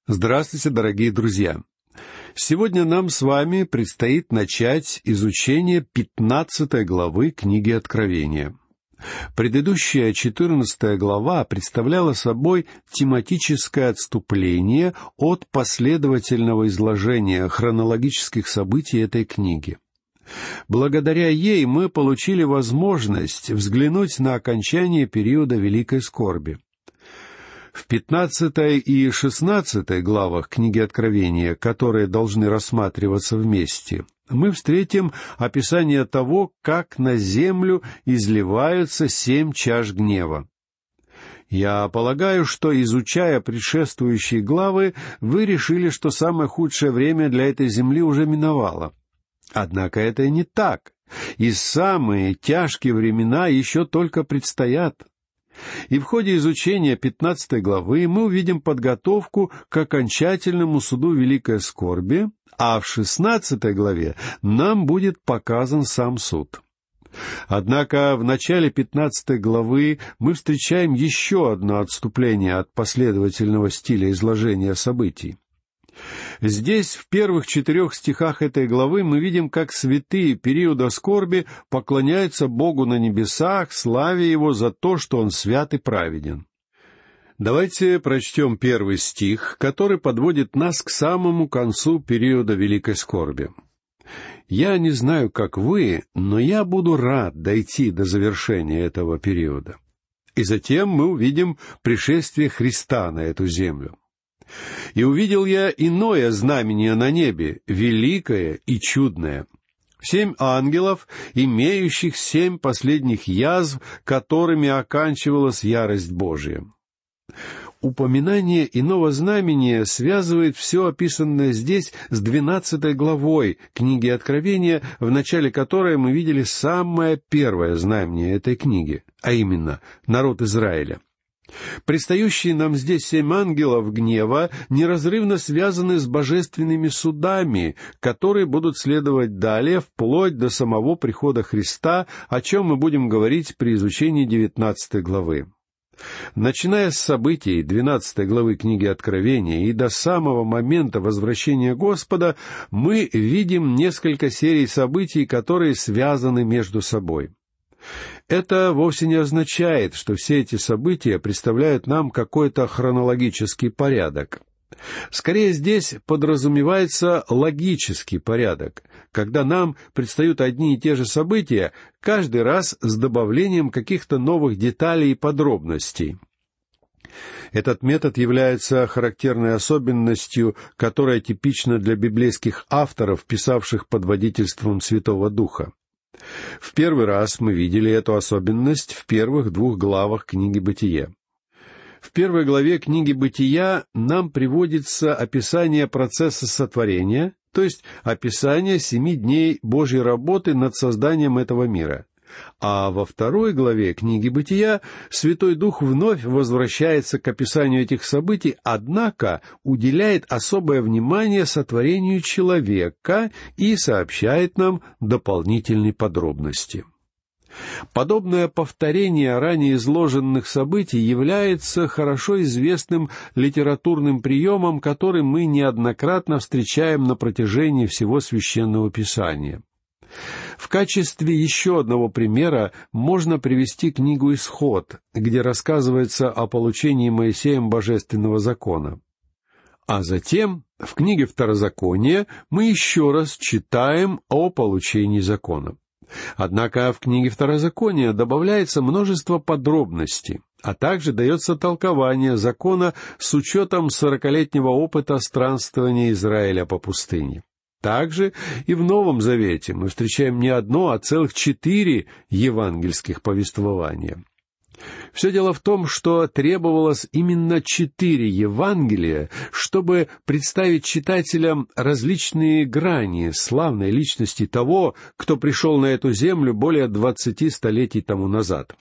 Здравствуйте, дорогие друзья! Сегодня нам с вами предстоит начать изучение 15 главы книги Откровения. Предыдущая 14 глава представляла собой тематическое отступление от последовательного изложения хронологических событий этой книги. Благодаря ей мы получили возможность взглянуть на окончание периода Великой Скорби. В 15 и 16 главах книги Откровения, которые должны рассматриваться вместе, мы встретим описание того, как на землю изливаются 7 чаш гнева. Я полагаю, что, изучая предшествующие главы, вы решили, что самое худшее время для этой земли уже миновало. Однако это не так, и самые тяжкие времена еще только предстоят. И в ходе изучения 15 главы мы увидим подготовку к окончательному суду Великой Скорби, а в 16 главе нам будет показан сам суд. Однако в начале 15 главы мы встречаем еще одно отступление от последовательного стиля изложения событий. Здесь, в первых 4 стихах этой главы, мы видим, как святые периода скорби поклоняются Богу на небесах, славя Его за то, что Он свят и праведен. Давайте прочтем 1 стих, который подводит нас к самому концу периода Великой Скорби. «Я не знаю, как вы, но я буду рад дойти до завершения этого периода». И затем мы увидим пришествие Христа на эту землю. «И увидел я иное знамение на небе, великое и чудное. 7 ангелов, имеющих 7 последних язв, которыми оканчивалась ярость Божия». Упоминание иного знамения связывает все описанное здесь с 12 главой книги Откровения, в начале которой мы видели самое первое знамение этой книги, а именно народ Израиля. Предстающие нам здесь 7 ангелов гнева неразрывно связаны с божественными судами, которые будут следовать далее, вплоть до самого прихода Христа, о чем мы будем говорить при изучении 19 главы. Начиная с событий 12 главы книги Откровения и до самого момента возвращения Господа, мы видим несколько серий событий, которые связаны между собой. Это вовсе не означает, что все эти события представляют нам какой-то хронологический порядок. Скорее, здесь подразумевается логический порядок, когда нам предстают одни и те же события, каждый раз с добавлением каких-то новых деталей и подробностей. Этот метод является характерной особенностью, которая типична для библейских авторов, писавших под водительством Святого Духа. В первый раз мы видели эту особенность в первых 2 главах книги «Бытие». В первой главе книги «Бытия» нам приводится описание процесса сотворения, то есть описание 7 дней Божьей работы над созданием этого мира. А во 2 главе книги «Бытия» Святой Дух вновь возвращается к описанию этих событий, однако уделяет особое внимание сотворению человека и сообщает нам дополнительные подробности. Подобное повторение ранее изложенных событий является хорошо известным литературным приемом, который мы неоднократно встречаем на протяжении всего Священного Писания. В качестве еще одного примера можно привести книгу «Исход», где рассказывается о получении Моисеем божественного закона. А затем, в книге Второзакония, мы еще раз читаем о получении закона. Однако в книге Второзакония добавляется множество подробностей, а также дается толкование закона с учетом 40-летнего опыта странствования Израиля по пустыне. Также и в Новом Завете мы встречаем не одно, а целых 4 евангельских повествования. Все дело в том, что требовалось именно 4 Евангелия, чтобы представить читателям различные грани славной личности того, кто пришел на эту землю более 20 столетий тому назад.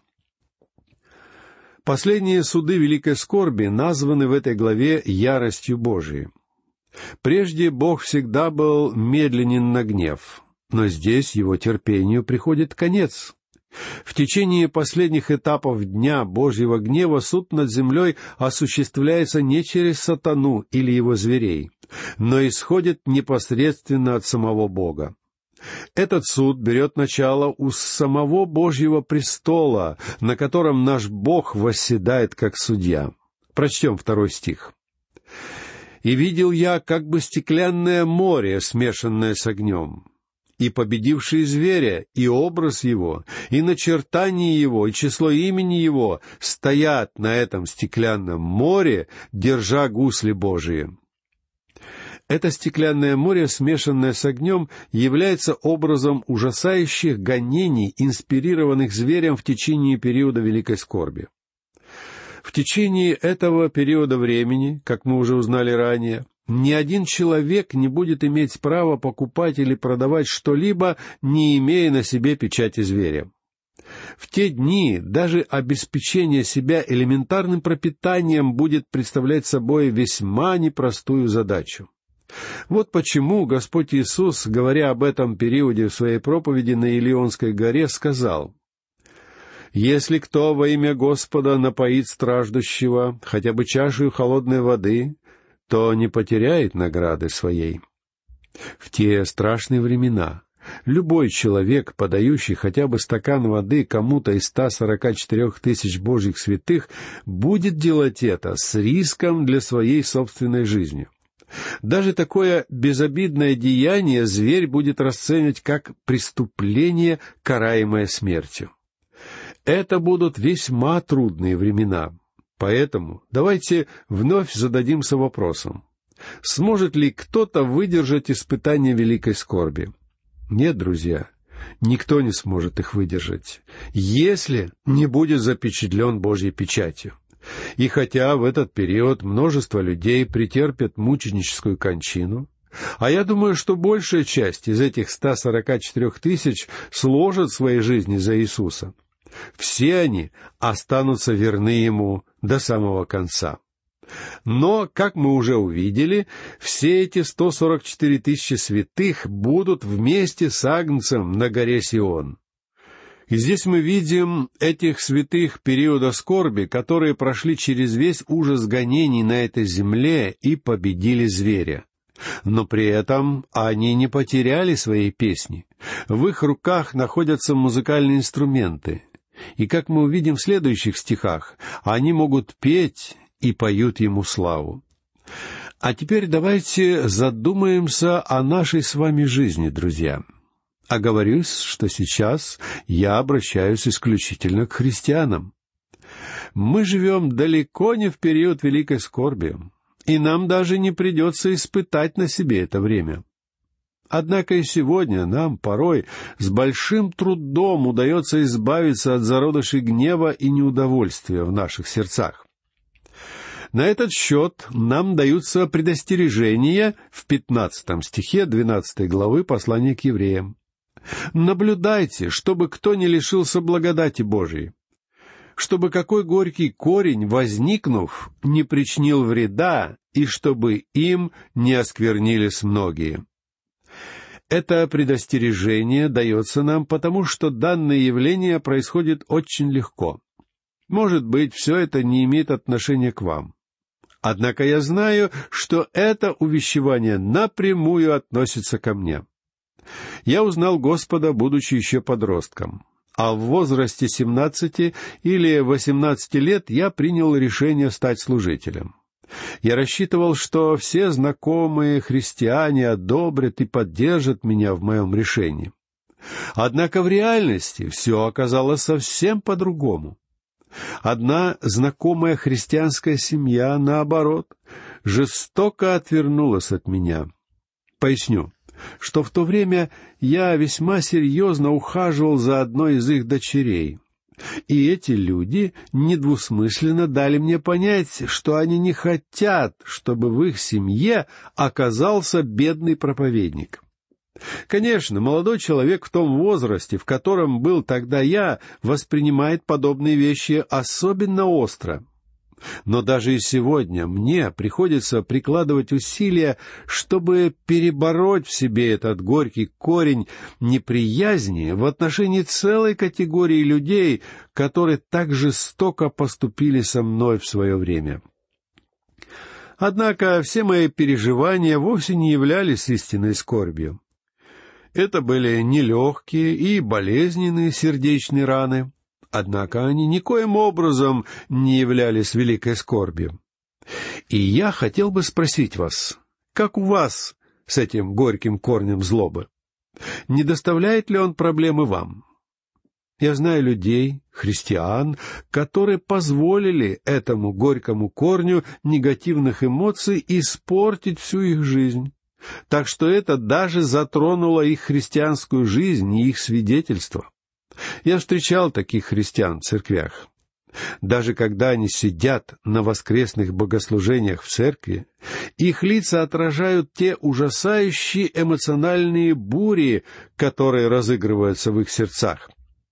Последние суды Великой Скорби названы в этой главе яростью Божией. Прежде Бог всегда был медленен на гнев, но здесь его терпению приходит конец. В течение последних этапов дня Божьего гнева суд над землей осуществляется не через сатану или его зверей, но исходит непосредственно от самого Бога. Этот суд берет начало у самого Божьего престола, на котором наш Бог восседает как судья. Прочтем 2 стих. «И видел я как бы стеклянное море, смешанное с огнем, и победивший зверя, и образ его, и начертание его, и число имени его стоят на этом стеклянном море, держа гусли Божии». Это стеклянное море, смешанное с огнем, является образом ужасающих гонений, инспирированных зверем в течение периода великой скорби. В течение этого периода времени, как мы уже узнали ранее, ни один человек не будет иметь права покупать или продавать что-либо, не имея на себе печати зверя. В те дни даже обеспечение себя элементарным пропитанием будет представлять собой весьма непростую задачу. Вот почему Господь Иисус, говоря об этом периоде в своей проповеди на Илионской горе, сказал: «Если кто во имя Господа напоит страждущего хотя бы чашею холодной воды, то не потеряет награды своей». В те страшные времена любой человек, подающий хотя бы стакан воды кому-то из 144 тысяч Божьих святых, будет делать это с риском для своей собственной жизни. Даже такое безобидное деяние зверь будет расценивать как преступление, караемое смертью. Это будут весьма трудные времена. Поэтому давайте вновь зададимся вопросом: сможет ли кто-то выдержать испытания великой скорби? Нет, друзья, никто не сможет их выдержать, если не будет запечатлен Божьей печатью. И хотя в этот период множество людей претерпят мученическую кончину, а я думаю, что большая часть из этих 144 тысяч сложат свои жизни за Иисуса, все они останутся верны Ему до самого конца. Но, как мы уже увидели, все эти 144 тысячи святых будут вместе с Агнцем на горе Сион. И здесь мы видим этих святых периода скорби, которые прошли через весь ужас гонений на этой земле и победили зверя. Но при этом они не потеряли своей песни. В их руках находятся музыкальные инструменты. И, как мы увидим в следующих стихах, они могут петь и поют Ему славу. А теперь давайте задумаемся о нашей с вами жизни, друзья. Оговорюсь, что сейчас я обращаюсь исключительно к христианам. Мы живем далеко не в период великой скорби, и нам даже не придется испытать на себе это время. Однако и сегодня нам порой с большим трудом удается избавиться от зародышей гнева и неудовольствия в наших сердцах. На этот счет нам даются предостережения в 15 стихе 12 главы послания к евреям. «Наблюдайте, чтобы кто не лишился благодати Божией, чтобы какой горький корень, возникнув, не причинил вреда, и чтобы им не осквернились многие». Это предостережение дается нам потому, что данное явление происходит очень легко. Может быть, все это не имеет отношения к вам. Однако я знаю, что это увещевание напрямую относится ко мне. Я узнал Господа, будучи еще подростком, а в возрасте 17 или 18 лет я принял решение стать служителем. Я рассчитывал, что все знакомые христиане одобрят и поддержат меня в моем решении. Однако в реальности все оказалось совсем по-другому. Одна знакомая христианская семья, наоборот, жестоко отвернулась от меня. Поясню, что в то время я весьма серьезно ухаживал за одной из их дочерей. И эти люди недвусмысленно дали мне понять, что они не хотят, чтобы в их семье оказался бедный проповедник. Конечно, молодой человек в том возрасте, в котором был тогда я, воспринимает подобные вещи особенно остро. Но даже и сегодня мне приходится прикладывать усилия, чтобы перебороть в себе этот горький корень неприязни в отношении целой категории людей, которые так жестоко поступили со мной в свое время. Однако все мои переживания вовсе не являлись истинной скорбью. Это были нелегкие и болезненные сердечные раны, однако они никоим образом не являлись великой скорбью. И я хотел бы спросить вас, как у вас с этим горьким корнем злобы? Не доставляет ли он проблемы вам? Я знаю людей, христиан, которые позволили этому горькому корню негативных эмоций испортить всю их жизнь. Так что это даже затронуло их христианскую жизнь и их свидетельство. Я встречал таких христиан в церквях. Даже когда они сидят на воскресных богослужениях в церкви, их лица отражают те ужасающие эмоциональные бури, которые разыгрываются в их сердцах.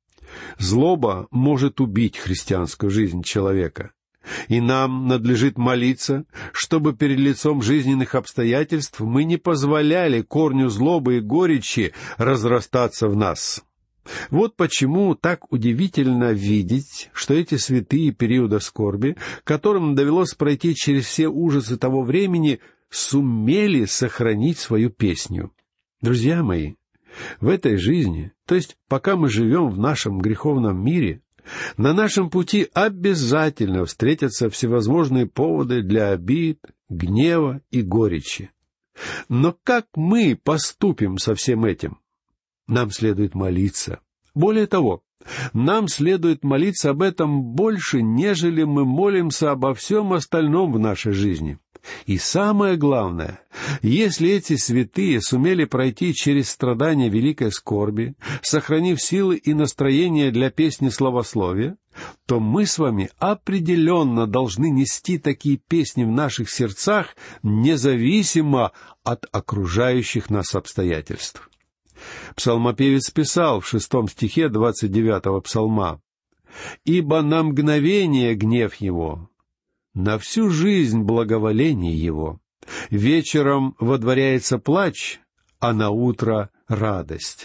Злоба может убить христианскую жизнь человека. И нам надлежит молиться, чтобы перед лицом жизненных обстоятельств мы не позволяли корню злобы и горечи разрастаться в нас. Вот почему так удивительно видеть, что эти святые периода скорби, которым довелось пройти через все ужасы того времени, сумели сохранить свою песню. Друзья мои, в этой жизни, то есть пока мы живем в нашем греховном мире, на нашем пути обязательно встретятся всевозможные поводы для обид, гнева и горечи. Но как мы поступим со всем этим? Нам следует молиться. Более того, нам следует молиться об этом больше, нежели мы молимся обо всем остальном в нашей жизни. И самое главное, если эти святые сумели пройти через страдания великой скорби, сохранив силы и настроение для песни славословия, то мы с вами определенно должны нести такие песни в наших сердцах, независимо от окружающих нас обстоятельств. Псалмопевец писал в 6 стихе 29 псалма: «Ибо на мгновение гнев его, на всю жизнь благоволение его. Вечером водворяется плач, а на утро радость».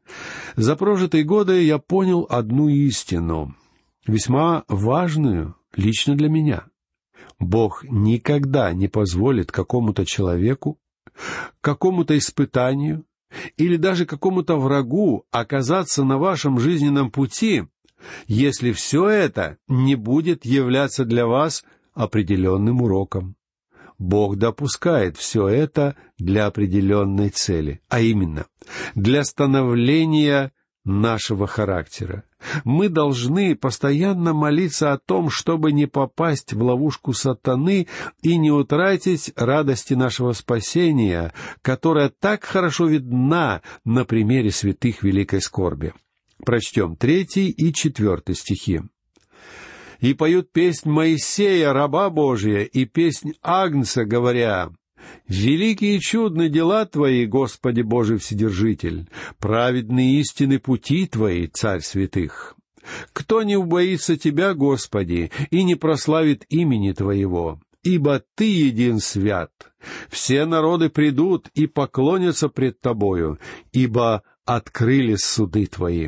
За прожитые годы я понял одну истину, весьма важную лично для меня. Бог никогда не позволит какому-то человеку, какому-то испытанию или даже какому-то врагу оказаться на вашем жизненном пути, если все это не будет являться для вас определенным уроком. Бог допускает все это для определенной цели, а именно для становления нашего характера. Мы должны постоянно молиться о том, чтобы не попасть в ловушку сатаны и не утратить радости нашего спасения, которая так хорошо видна на примере святых великой скорби. Прочтем 3 и 4 стихи. «И поют песнь Моисея, раба Божия, и песнь Агнца, говоря: великие и чудны дела Твои, Господи Божий Вседержитель, праведные истины пути Твои, Царь святых. Кто не убоится Тебя, Господи, и не прославит имени Твоего? Ибо Ты един свят. Все народы придут и поклонятся пред Тобою, ибо открылись суды Твои».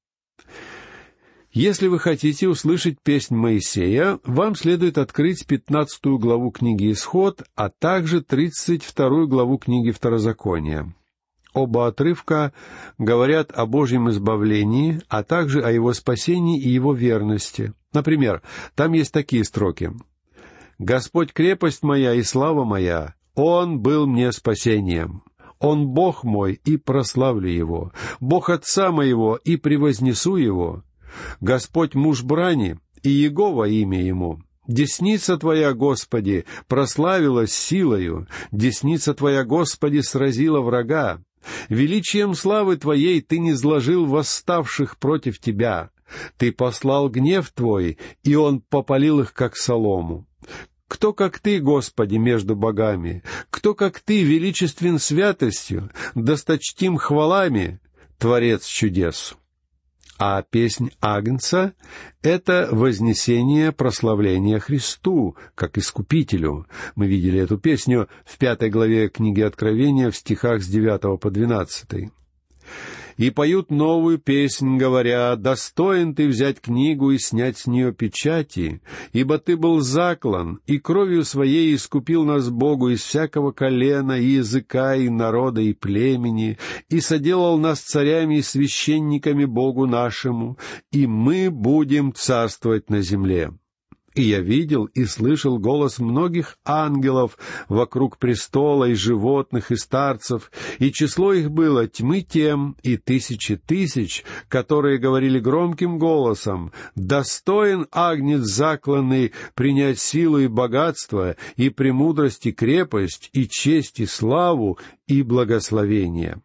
Если вы хотите услышать песнь Моисея, вам следует открыть 15 главу книги «Исход», а также 32 главу книги «Второзакония». Оба отрывка говорят о Божьем избавлении, а также о Его спасении и Его верности. Например, там есть такие строки: «Господь крепость моя и слава моя, Он был мне спасением. Он Бог мой, и прославлю Его, Бог Отца моего, и превознесу Его. Господь муж брани, и Иегова имя Ему. Десница Твоя, Господи, прославилась силою, десница Твоя, Господи, сразила врага. Величием славы Твоей Ты низложил восставших против Тебя. Ты послал гнев Твой, и он попалил их, как солому. Кто, как Ты, Господи, между богами? Кто, как Ты, величествен святостью, досточтим хвалами, Творец чудес?» А песнь Агнца — это вознесение прославления Христу, как Искупителю. Мы видели эту песню в 5 главе книги Откровения в стихах с 9 по 12. «И поют новую песнь, говоря: достоин ты взять книгу и снять с нее печати, ибо ты был заклан, и кровью своей искупил нас Богу из всякого колена, и языка, и народа, и племени, и соделал нас царями и священниками Богу нашему, и мы будем царствовать на земле. И я видел и слышал голос многих ангелов вокруг престола, и животных, и старцев, и число их было тьмы тем и тысячи тысяч, которые говорили громким голосом: достоин Агнец закланный принять силу и богатство, и премудрость, и крепость, и честь, и славу, и благословение».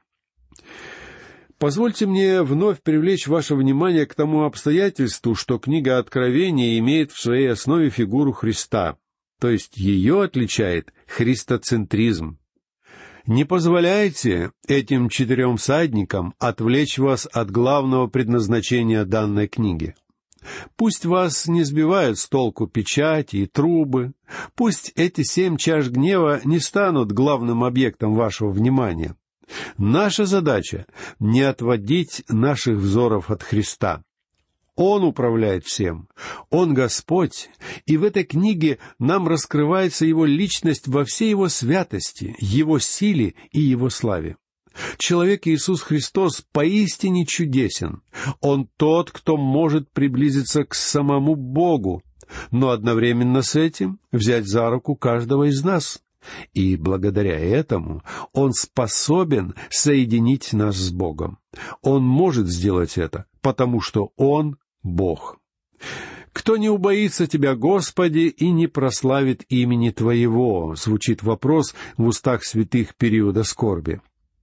Позвольте мне вновь привлечь ваше внимание к тому обстоятельству, что книга Откровения имеет в своей основе фигуру Христа, то есть ее отличает христоцентризм. Не позволяйте этим 4 всадникам отвлечь вас от главного предназначения данной книги. Пусть вас не сбивают с толку печати и трубы, пусть эти 7 чаш гнева не станут главным объектом вашего внимания. Наша задача — не отводить наших взоров от Христа. Он управляет всем, Он Господь, и в этой книге нам раскрывается Его личность во всей Его святости, Его силе и Его славе. Человек Иисус Христос поистине чудесен. Он тот, кто может приблизиться к самому Богу, но одновременно с этим взять за руку каждого из нас. И благодаря этому Он способен соединить нас с Богом. Он может сделать это, потому что Он — Бог. «Кто не убоится Тебя, Господи, и не прославит имени Твоего?» — звучит вопрос в устах святых периода скорби.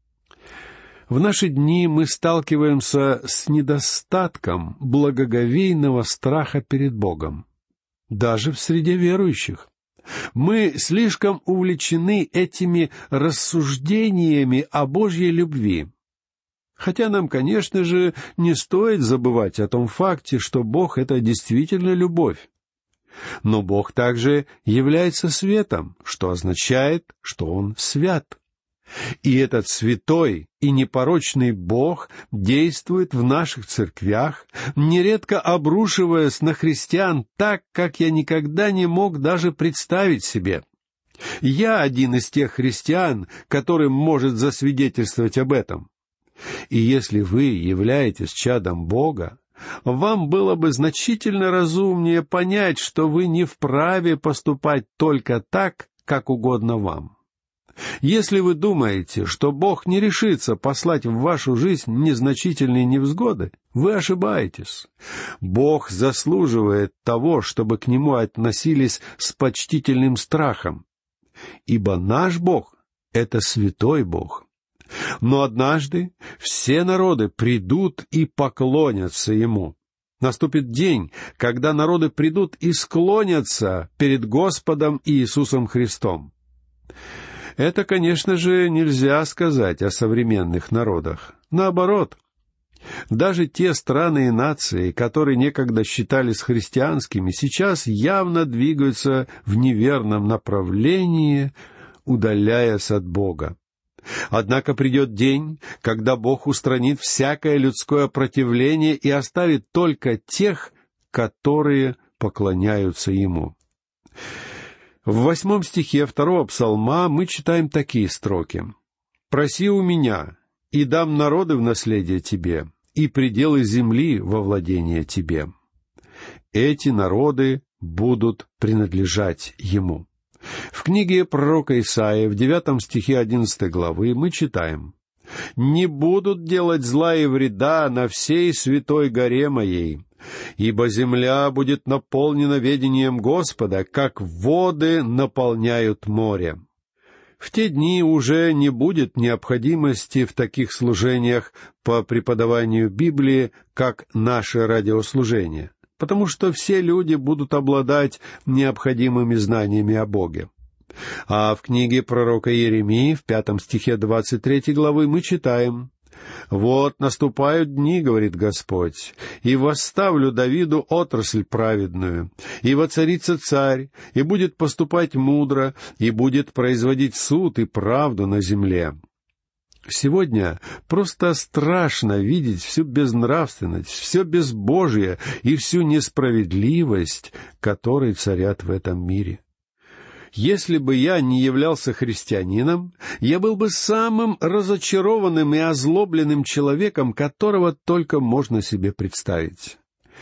В наши дни мы сталкиваемся с недостатком благоговейного страха перед Богом, даже в среде верующих. Мы слишком увлечены этими рассуждениями о Божьей любви. Хотя нам, конечно же, не стоит забывать о том факте, что Бог — это действительно любовь. Но Бог также является светом, что означает, что Он свят. И этот святой и непорочный Бог действует в наших церквях, нередко обрушиваясь на христиан так, как я никогда не мог даже представить себе. Я один из тех христиан, которым может засвидетельствовать об этом. И если вы являетесь чадом Бога, вам было бы значительно разумнее понять, что вы не вправе поступать только так, как угодно вам. Если вы думаете, что Бог не решится послать в вашу жизнь незначительные невзгоды, вы ошибаетесь. Бог заслуживает того, чтобы к Нему относились с почтительным страхом. Ибо наш Бог — это святой Бог. Но однажды все народы придут и поклонятся Ему. Наступит день, когда народы придут и склонятся перед Господом Иисусом Христом. Это, конечно же, нельзя сказать о современных народах. Наоборот, даже те страны и нации, которые некогда считались христианскими, сейчас явно двигаются в неверном направлении, удаляясь от Бога. Однако придет день, когда Бог устранит всякое людское противление и оставит только тех, которые поклоняются Ему. В 8 стихе 2 псалма мы читаем такие строки: «Проси у меня, и дам народы в наследие тебе, и пределы земли во владение тебе». Эти народы будут принадлежать Ему. В книге пророка Исаии в 9 стихе 11 главы мы читаем: «Не будут делать зла и вреда на всей святой горе моей, ибо земля будет наполнена ведением Господа, как воды наполняют море». В те дни уже не будет необходимости в таких служениях по преподаванию Библии, как наше радиослужение, потому что все люди будут обладать необходимыми знаниями о Боге. А в книге пророка Иеремии в 5 стихе 23 главы мы читаем: «Вот наступают дни, — говорит Господь, — и восставлю Давиду отрасль праведную, и воцарится царь, и будет поступать мудро, и будет производить суд и правду на земле». Сегодня просто страшно видеть всю безнравственность, все безбожие и всю несправедливость, которые царят в этом мире. Если бы я не являлся христианином, я был бы самым разочарованным и озлобленным человеком, которого только можно себе представить.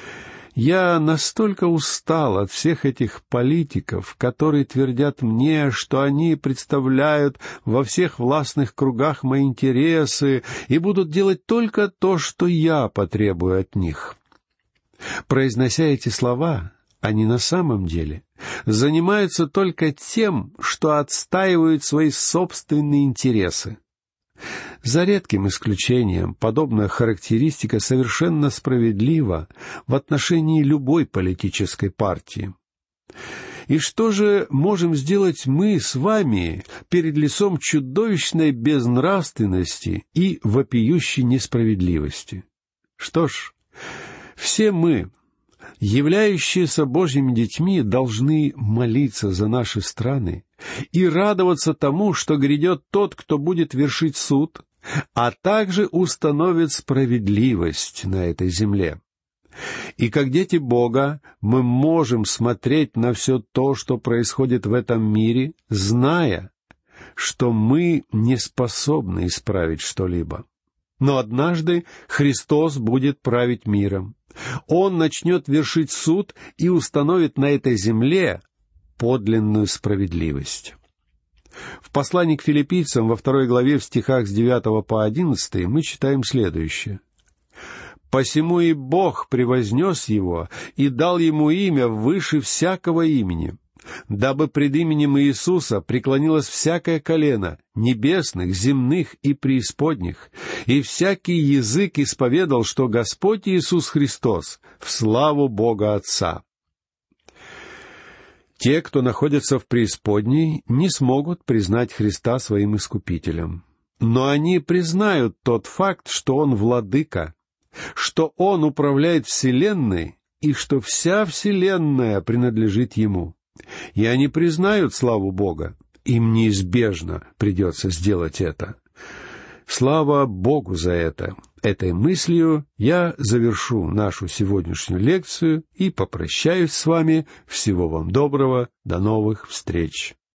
Я настолько устал от всех этих политиков, которые твердят мне, что они представляют во всех властных кругах мои интересы и будут делать только то, что я потребую от них. Произнося эти слова, они на самом деле занимаются только тем, что отстаивают свои собственные интересы. За редким исключением, подобная характеристика совершенно справедлива в отношении любой политической партии. И что же можем сделать мы с вами перед лицом чудовищной безнравственности и вопиющей несправедливости? Что ж, все мы, являющиеся Божьими детьми, должны молиться за наши страны и радоваться тому, что грядет тот, кто будет вершить суд, а также установит справедливость на этой земле. И как дети Бога мы можем смотреть на все то, что происходит в этом мире, зная, что мы не способны исправить что-либо. Но однажды Христос будет править миром. Он начнет вершить суд и установит на этой земле подлинную справедливость. В послании к филиппийцам во 2 главе в стихах с 9 по 11 мы читаем следующее. «Посему и Бог превознес его и дал ему имя выше всякого имени, дабы пред именем Иисуса преклонилось всякое колено, небесных, земных и преисподних, и всякий язык исповедал, что Господь Иисус Христос в славу Бога Отца». Те, кто находится в преисподней, не смогут признать Христа своим Искупителем. Но они признают тот факт, что Он владыка, что Он управляет вселенной и что вся вселенная принадлежит Ему. И они признают славу Бога. Им неизбежно придется сделать это. Слава Богу за это! Этой мыслью я завершу нашу сегодняшнюю лекцию и попрощаюсь с вами. Всего вам доброго. До новых встреч!